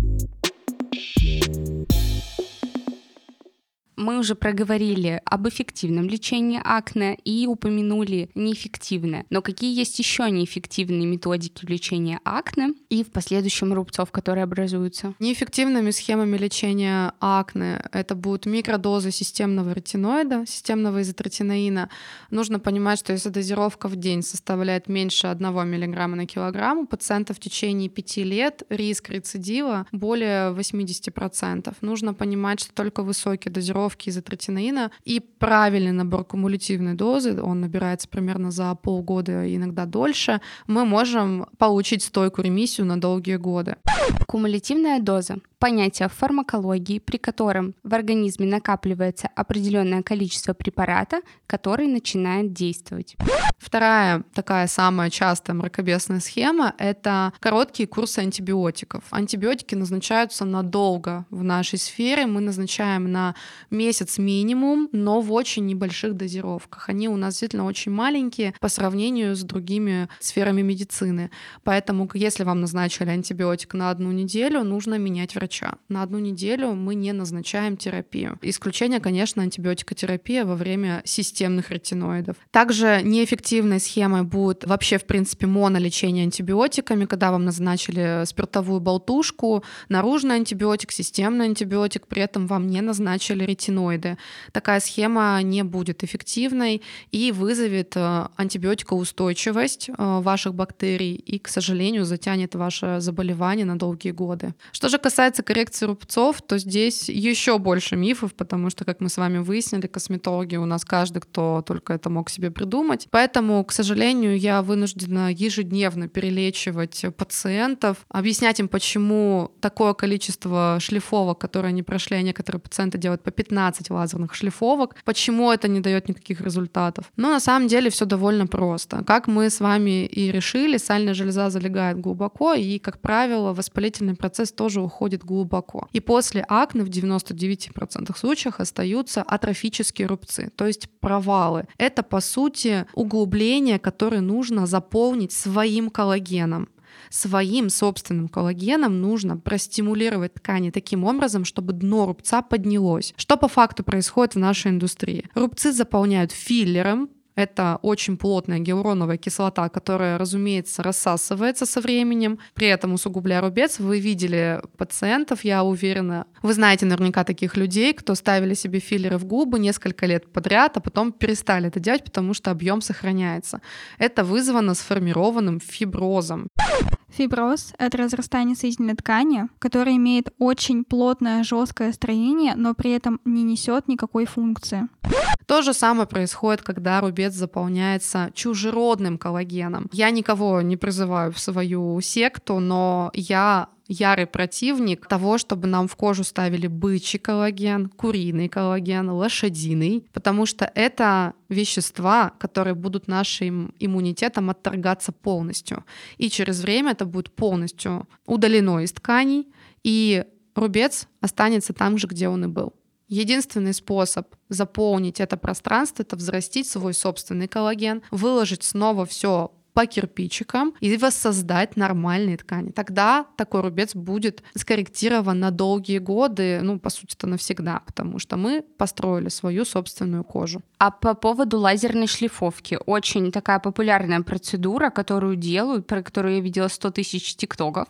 Мы уже проговорили об эффективном лечении акне и упомянули неэффективное. Но какие есть еще неэффективные методики лечения акне и в последующем рубцов, которые образуются?
Неэффективными схемами лечения акне это будут микродозы системного ретиноида, системного изотретиноина. Нужно понимать, что если дозировка в день составляет меньше одного миллиграмма на килограмм, у пациента в течение пяти лет риск рецидива более восемьдесят процентов. Нужно понимать, что только высокие дозировки изотретиноина и правильный набор кумулятивной дозы, он набирается примерно за полгода, иногда дольше, мы можем получить стойкую ремиссию на долгие годы.
Кумулятивная доза — понятие в фармакологии, при котором в организме накапливается определенное количество препарата, который начинает действовать.
Вторая такая самая частая мракобесная схема — это короткие курсы антибиотиков. Антибиотики назначаются надолго в нашей сфере, мы назначаем на месяц минимум, но в очень небольших дозировках. Они у нас действительно очень маленькие по сравнению с другими сферами медицины. Поэтому, если вам назначили антибиотик на одну неделю, нужно менять врача. На одну неделю мы не назначаем терапию. Исключение, конечно, антибиотикотерапия во время системных ретиноидов. Также неэффективной схемой будет вообще, в принципе, монолечение антибиотиками, когда вам назначили спиртовую болтушку, наружный антибиотик, системный антибиотик, при этом вам не назначили ретиноиды. Такая схема не будет эффективной и вызовет антибиотикоустойчивость ваших бактерий и, к сожалению, затянет ваше заболевание на долгие годы. Что же касается касается коррекции рубцов, то здесь еще больше мифов, потому что, как мы с вами выяснили, косметологи у нас каждый, кто только это мог себе придумать. Поэтому, к сожалению, я вынуждена ежедневно перелечивать пациентов, объяснять им, почему такое количество шлифовок, которые они прошли, а некоторые пациенты делают по пятнадцать лазерных шлифовок, почему это не дает никаких результатов. Но на самом деле все довольно просто. Как мы с вами и решили, сальная железа залегает глубоко, и, как правило, воспалительный процесс тоже уходит глубоко. И после акне в девяноста девяти процентах случаев остаются атрофические рубцы, то есть провалы. Это, по сути, углубление, которое нужно заполнить своим коллагеном. Своим собственным коллагеном нужно простимулировать ткани таким образом, чтобы дно рубца поднялось. Что по факту происходит в нашей индустрии? Рубцы заполняют филлером. Это очень плотная гиалуроновая кислота, которая, разумеется, рассасывается со временем, при этом усугубляя рубец. Вы видели пациентов, я уверена. Вы знаете наверняка таких людей, кто ставили себе филлеры в губы несколько лет подряд, а потом перестали это делать, потому что объем сохраняется. Это вызвано сформированным фиброзом.
Фиброз — это разрастание соединительной ткани, которое имеет очень плотное, жесткое строение, но при этом не несет никакой функции.
То же самое происходит, когда рубец заполняется чужеродным коллагеном. Я никого не призываю в свою секту, но я ярый противник того, чтобы нам в кожу ставили бычий коллаген, куриный коллаген, лошадиный, потому что это вещества, которые будут нашим иммунитетом отторгаться полностью. И через время это будет полностью удалено из тканей, и рубец останется там же, где он и был. Единственный способ заполнить это пространство — это взрастить свой собственный коллаген, выложить снова все по кирпичикам и воссоздать нормальные ткани. Тогда такой рубец будет скорректирован на долгие годы, ну, по сути-то навсегда, потому что мы построили свою собственную кожу.
А по поводу лазерной шлифовки. Очень такая популярная процедура, которую делают, про которую я видела сто тысяч тиктоков,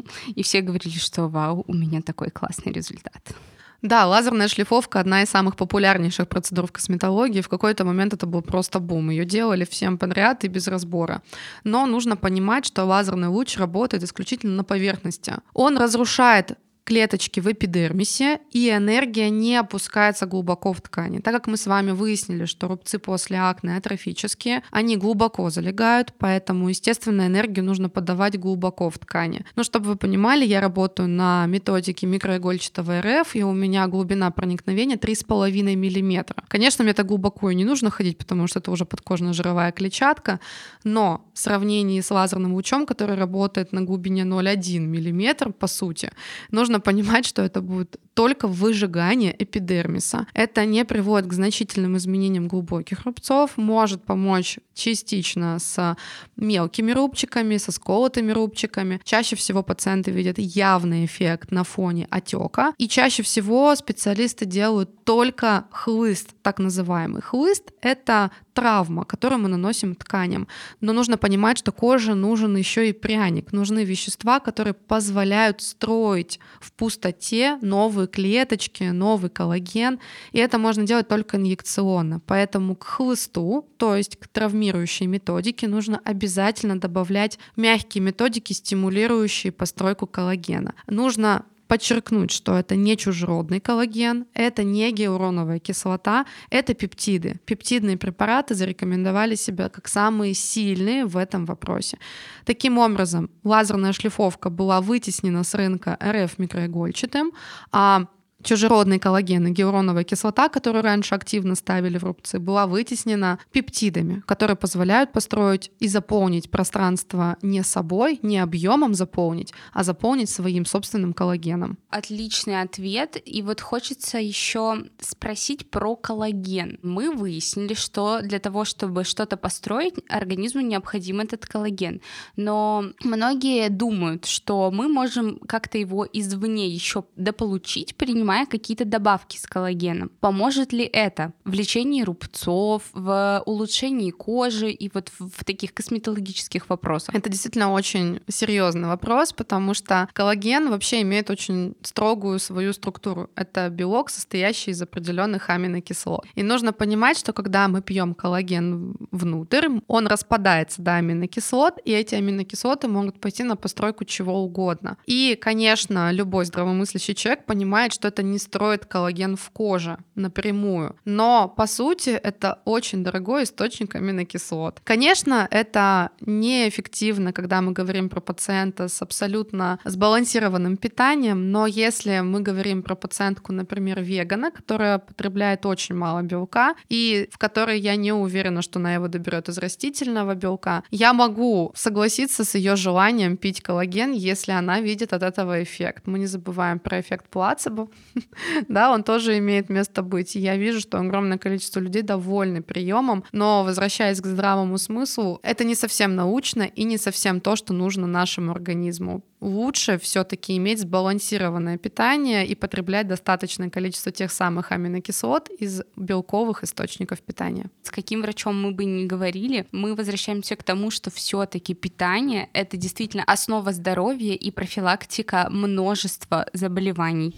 и все говорили, что вау, у меня такой классный результат.
Да, лазерная шлифовка — одна из самых популярнейших процедур в косметологии. В какой-то момент это был просто бум. Ее делали всем подряд и без разбора. Но нужно понимать, что лазерный луч работает исключительно на поверхности. Он разрушает клеточки в эпидермисе, и энергия не опускается глубоко в ткани. Так как мы с вами выяснили, что рубцы после акне атрофические, они глубоко залегают, поэтому, естественно, энергию нужно подавать глубоко в ткани. Но чтобы вы понимали, я работаю на методике микроигольчатого эр эф, и у меня глубина проникновения три с половиной миллиметра. Конечно, мне так глубоко и не нужно ходить, потому что это уже подкожно-жировая клетчатка, но в сравнении с лазерным лучом, который работает на глубине ноль целых одна десятая миллиметра, по сути, нужно понимать, что это будет только выжигание эпидермиса. Это не приводит к значительным изменениям глубоких рубцов, может помочь частично с мелкими рубчиками, со сколотыми рубчиками. Чаще всего пациенты видят явный эффект на фоне отека, и чаще всего специалисты делают только хлыст, так называемый. Хлыст — это травма, которую мы наносим тканям. Но нужно понимать, что коже нужен еще и пряник, нужны вещества, которые позволяют строить в пустоте новые клеточки, новый коллаген, и это можно делать только инъекционно. Поэтому к хлысту, то есть к травмирующей методике, нужно обязательно добавлять мягкие методики, стимулирующие постройку коллагена. Нужно подчеркнуть, что это не чужеродный коллаген, это не гиалуроновая кислота, это пептиды. Пептидные препараты зарекомендовали себя как самые сильные в этом вопросе. Таким образом, лазерная шлифовка была вытеснена с рынка эр эф микроигольчатым, а чужеродный коллаген и гиалуроновая кислота, которую раньше активно ставили в рубцы, была вытеснена пептидами, которые позволяют построить и заполнить пространство не собой, не объемом заполнить, а заполнить своим собственным коллагеном.
Отличный ответ. И вот хочется еще спросить про коллаген. Мы выяснили, что для того, чтобы что-то построить, организму необходим этот коллаген. Но многие думают, что мы можем как-то его извне еще дополучить, принимать принимая какие-то добавки с коллагеном. Поможет ли это в лечении рубцов, в улучшении кожи и вот в таких косметологических вопросах?
Это действительно очень серьезный вопрос, потому что коллаген вообще имеет очень строгую свою структуру. Это белок, состоящий из определенных аминокислот. И нужно понимать, что когда мы пьем коллаген внутрь, он распадается до аминокислот, и эти аминокислоты могут пойти на постройку чего угодно. И, конечно, любой здравомыслящий человек понимает, что это не строит коллаген в коже напрямую. Но, по сути, это очень дорогой источник аминокислот. Конечно, это неэффективно, когда мы говорим про пациента с абсолютно сбалансированным питанием, но если мы говорим про пациентку, например, вегана, которая потребляет очень мало белка, и в которой я не уверена, что она его доберет из растительного белка, я могу согласиться с ее желанием пить коллаген, если она видит от этого эффект. Мы не забываем про эффект плацебо, да, он тоже имеет место быть. И я вижу, что огромное количество людей довольны приемом, но, возвращаясь к здравому смыслу, это не совсем научно и не совсем то, что нужно нашему организму. Лучше все-таки иметь сбалансированное питание и потреблять достаточное количество тех самых аминокислот из белковых источников питания.
С каким врачом мы бы ни говорили, мы возвращаемся к тому, что все-таки питание — это действительно основа здоровья и профилактика множества заболеваний.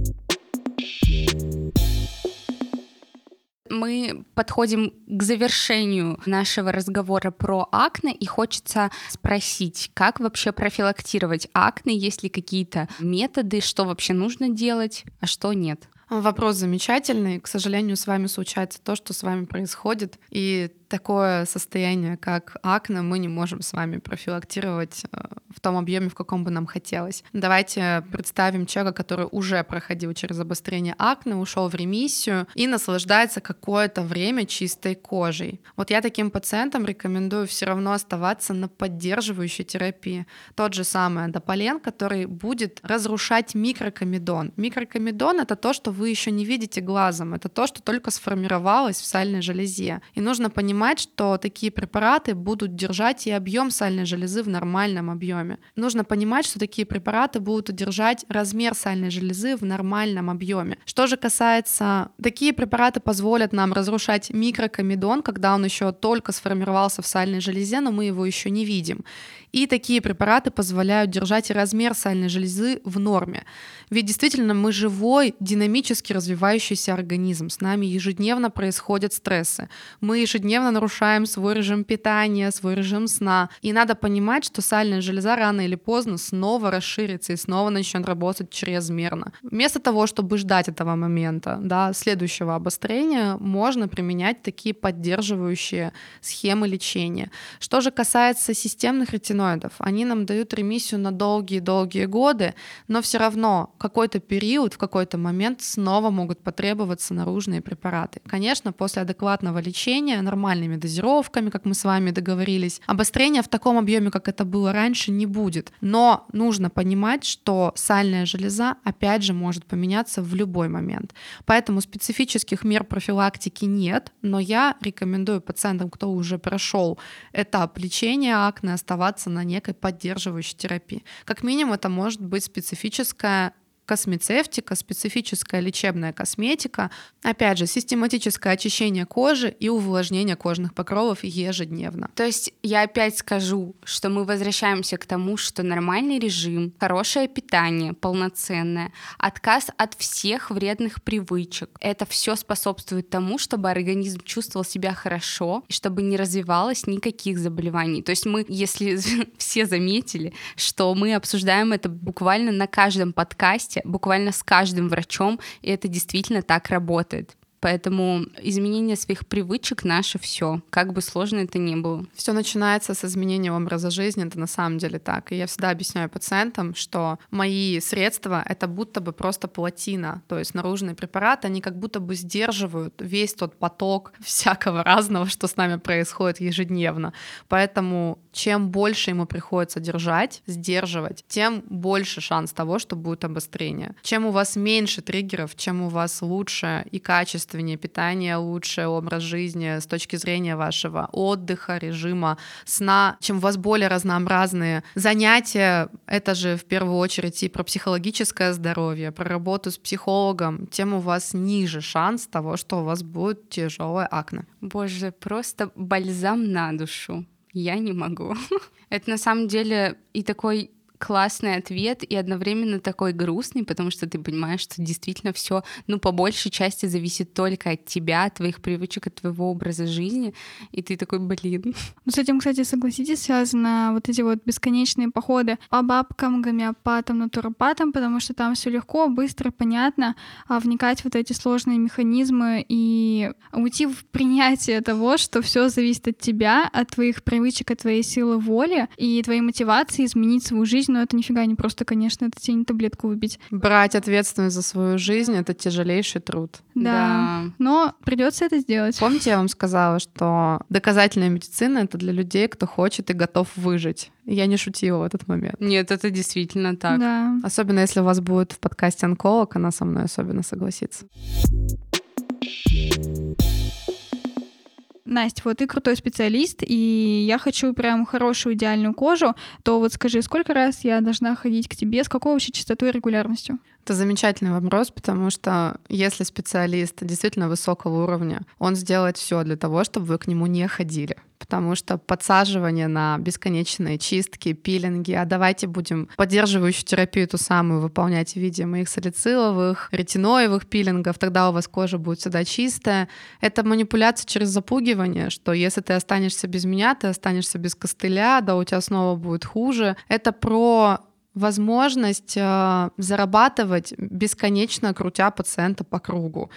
Мы подходим к завершению нашего разговора про акне, и хочется спросить, как вообще профилактировать акне, есть ли какие-то методы, что вообще нужно делать, а что нет?
Вопрос замечательный. К сожалению, с вами случается то, что с вами происходит, и такое состояние, как акне, мы не можем с вами профилактировать в том объеме, в каком бы нам хотелось. Давайте представим человека, который уже проходил через обострение акне, ушел в ремиссию и наслаждается какое-то время чистой кожей. Вот я таким пациентам рекомендую все равно оставаться на поддерживающей терапии. Тот же самый адополен, который будет разрушать микрокомедон. Микрокомедон — это то, что вы еще не видите глазом, это то, что только сформировалось в сальной железе. И нужно понимать, что такие препараты будут держать и объем сальной железы в нормальном объеме. Нужно понимать, что такие препараты будут удержать размер сальной железы в нормальном объеме. Что же касается, такие препараты позволят нам разрушать микрокомедон, когда он еще только сформировался в сальной железе, но мы его еще не видим. И такие препараты позволяют держать размер сальной железы в норме. Ведь действительно мы живой, динамически развивающийся организм. С нами ежедневно происходят стрессы. Мы ежедневно нарушаем свой режим питания, свой режим сна. И надо понимать, что сальная железа рано или поздно снова расширится и снова начнет работать чрезмерно. Вместо того, чтобы ждать этого момента, да, следующего обострения, можно применять такие поддерживающие схемы лечения. Что же касается системных ретиноидов, они нам дают ремиссию на долгие-долгие годы, но все равно в какой-то период, в какой-то момент снова могут потребоваться наружные препараты. Конечно, после адекватного лечения, нормальными дозировками, как мы с вами договорились, обострения в таком объеме, как это было раньше, не будет. Но нужно понимать, что сальная железа, опять же, может поменяться в любой момент. Поэтому специфических мер профилактики нет, но я рекомендую пациентам, кто уже прошел этап лечения акне, оставаться на некой поддерживающей терапии. Как минимум, это может быть специфическая космецевтика, специфическая лечебная косметика, опять же, систематическое очищение кожи и увлажнение кожных покровов ежедневно.
То есть я опять скажу, что мы возвращаемся к тому, что нормальный режим, хорошее питание полноценное, отказ от всех вредных привычек, это все способствует тому, чтобы организм чувствовал себя хорошо и чтобы не развивалось никаких заболеваний. То есть мы, если все заметили, что мы обсуждаем это буквально на каждом подкасте, буквально с каждым врачом, и это действительно так работает. Поэтому изменение своих привычек — наше все, как бы сложно это ни было.
Все начинается с изменения образа жизни, это на самом деле так. И я всегда объясняю пациентам, что мои средства — это будто бы просто плотина, то есть наружные препараты, они как будто бы сдерживают весь тот поток всякого разного, что с нами происходит ежедневно. Поэтому чем больше ему приходится держать, сдерживать, тем больше шанс того, что будет обострение. Чем у вас меньше триггеров, чем у вас лучше и качественнее качественнее, питание лучше, образ жизни с точки зрения вашего отдыха, режима сна. Чем у вас более разнообразные занятия, это же в первую очередь и про психологическое здоровье, про работу с психологом, тем у вас ниже шанс того, что у вас будет тяжелое акне.
Боже, просто бальзам на душу. Я не могу. Это на самом деле и такой классный ответ, и одновременно такой грустный, потому что ты понимаешь, что действительно все, ну, по большей части зависит только от тебя, от твоих привычек, от твоего образа жизни, и ты такой, блин.
Ну, с этим, кстати, согласитесь, связано вот эти вот бесконечные походы по бабкам, гомеопатам, натуропатам, потому что там все легко, быстро, понятно, а вникать в вот эти сложные механизмы и уйти в принятие того, что все зависит от тебя, от твоих привычек, от твоей силы воли и твоей мотивации изменить свою жизнь. Но это нифига не просто, конечно, это тебе не таблетку выпить.
Брать ответственность за свою жизнь — это тяжелейший труд.
Да,
Да.
но придется это сделать.
Помните, я вам сказала, что доказательная медицина — это для людей, кто хочет и готов выжить. Я не шутила в этот момент.
Нет, это действительно так.
Да.
Особенно если у вас будет в подкасте онколог, она со мной особенно согласится.
Настя, вот ты крутой специалист, и я хочу прям хорошую идеальную кожу, то вот скажи, сколько раз я должна ходить к тебе, с какой вообще частотой и регулярностью?
Это замечательный вопрос, потому что если специалист действительно высокого уровня, он сделает все для того, чтобы вы к нему не ходили. Потому что подсаживание на бесконечные чистки, пилинги, а давайте будем поддерживающую терапию ту самую выполнять в виде моих салициловых, ретиноевых пилингов, тогда у вас кожа будет всегда чистая. Это манипуляция через запугивание, что если ты останешься без меня, ты останешься без костыля, да у тебя снова будет хуже. Это про возможность э, зарабатывать бесконечно, крутя пациента по кругу,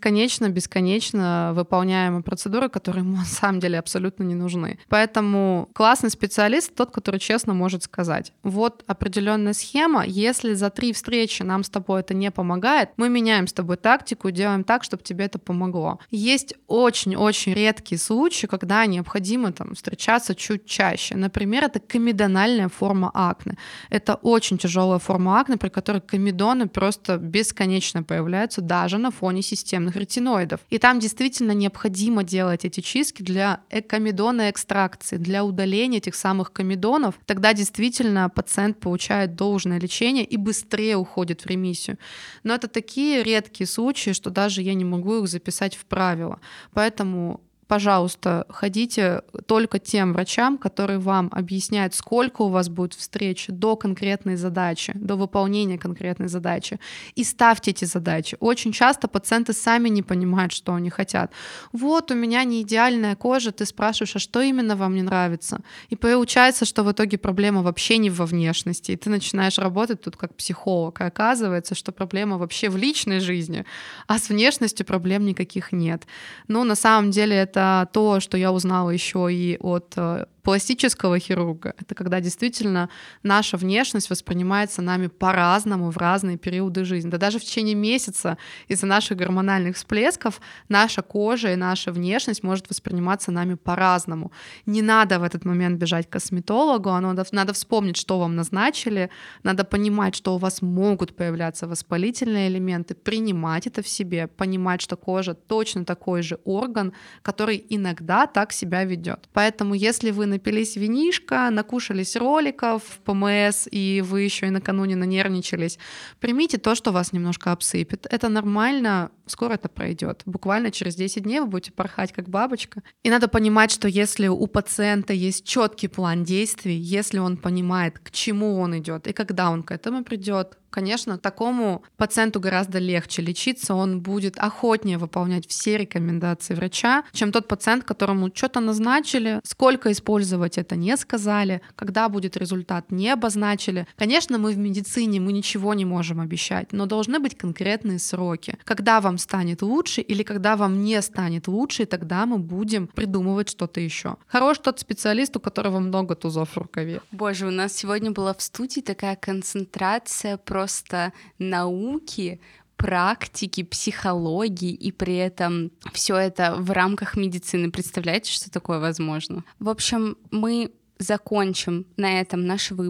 бесконечно-бесконечно выполняемые процедуры, которые ему на самом деле абсолютно не нужны. Поэтому классный специалист — тот, который честно может сказать: вот определенная схема, если за три встречи нам с тобой это не помогает, мы меняем с тобой тактику и делаем так, чтобы тебе это помогло. Есть очень-очень редкие случаи, когда необходимо там встречаться чуть чаще. Например, это комедональная форма акне. Это очень тяжелая форма акне, при которой комедоны просто бесконечно появляются даже на фоне системных ретиноидов. И там действительно необходимо делать эти чистки для комедонной экстракции, для удаления этих самых комедонов. Тогда действительно пациент получает должное лечение и быстрее уходит в ремиссию. Но это такие редкие случаи, что даже я не могу их записать в правила. Поэтому пожалуйста, ходите только тем врачам, которые вам объясняют, сколько у вас будет встреч до конкретной задачи, до выполнения конкретной задачи. И ставьте эти задачи. Очень часто пациенты сами не понимают, что они хотят. Вот у меня не идеальная кожа, ты спрашиваешь, а что именно вам не нравится? И получается, что в итоге проблема вообще не во внешности. И ты начинаешь работать тут как психолог. И оказывается, что проблема вообще в личной жизни, а с внешностью проблем никаких нет. Ну, на самом деле это то, что я узнала еще и от пластического хирурга. Это когда действительно наша внешность воспринимается нами по-разному в разные периоды жизни. Да даже в течение месяца из-за наших гормональных всплесков наша кожа и наша внешность может восприниматься нами по-разному. Не надо в этот момент бежать к косметологу, надо, надо вспомнить, что вам назначили, надо понимать, что у вас могут появляться воспалительные элементы, принимать это в себе, понимать, что кожа точно такой же орган, который иногда так себя ведет. Поэтому если вы напились винишка, накушались роликов в ПМС, и вы еще и накануне нанервничались, примите то, что вас немножко обсыпет. Это нормально, скоро это пройдет. Буквально через десять дней вы будете порхать как бабочка. И надо понимать, что если у пациента есть четкий план действий, если он понимает, к чему он идет и когда он к этому придет, конечно, такому пациенту гораздо легче лечиться, он будет охотнее выполнять все рекомендации врача, чем тот пациент, которому что-то назначили, сколько использовать это не сказали, когда будет результат не обозначили. Конечно, мы в медицине, мы ничего не можем обещать, но должны быть конкретные сроки. Когда вам станет лучше или когда вам не станет лучше, и тогда мы будем придумывать что-то еще. Хорош тот специалист, у которого много тузов в рукаве.
Боже, у нас сегодня была в студии такая концентрация про просто науки, практики, психологии, и при этом все это в рамках медицины. Представляете, что такое возможно? В общем, мы закончим на этом наш выпуск.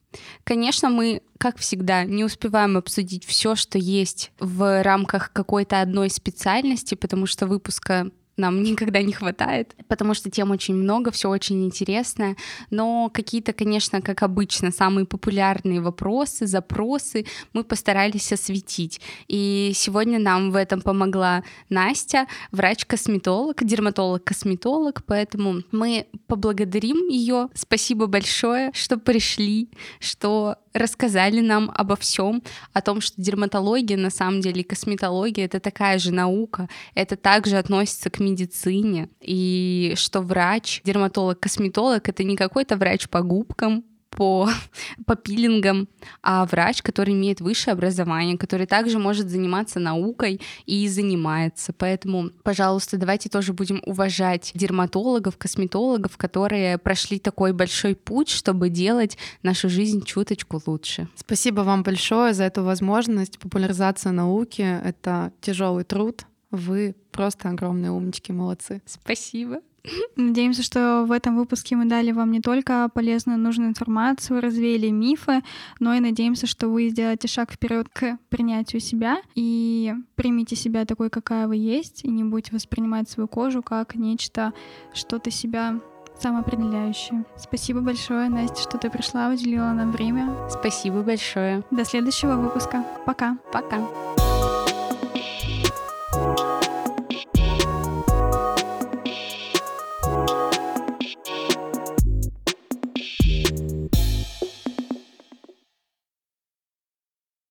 Конечно, мы, как всегда, не успеваем обсудить все, что есть в рамках какой-то одной специальности, потому что выпуска нам никогда не хватает, потому что тем очень много, все очень интересное, но какие-то, конечно, как обычно, самые популярные вопросы, запросы мы постарались осветить. И сегодня нам в этом помогла Настя, врач-косметолог, дерматолог-косметолог, поэтому мы поблагодарим ее. Спасибо большое, что пришли, что рассказали нам обо всем, о том, что дерматология, на самом деле, и косметология — это такая же наука, это также относится к медицине, и что врач, дерматолог, косметолог — это не какой-то врач по губкам, по, по пилингам, а врач, который имеет высшее образование, который также может заниматься наукой и занимается. Поэтому, пожалуйста, давайте тоже будем уважать дерматологов, косметологов, которые прошли такой большой путь, чтобы делать нашу жизнь чуточку лучше.
Спасибо вам большое за эту возможность. Популяризация науки — это тяжелый труд. Вы просто огромные умнички, молодцы.
Спасибо.
Надеемся, что в этом выпуске мы дали вам не только полезную, нужную информацию, развеяли мифы, но и надеемся, что вы сделаете шаг вперед к принятию себя и примите себя такой, какая вы есть, и не будете воспринимать свою кожу как нечто, что-то себя самоопределяющее. Спасибо большое, Настя, что ты пришла, уделила нам время.
Спасибо большое.
До следующего выпуска. Пока.
Пока.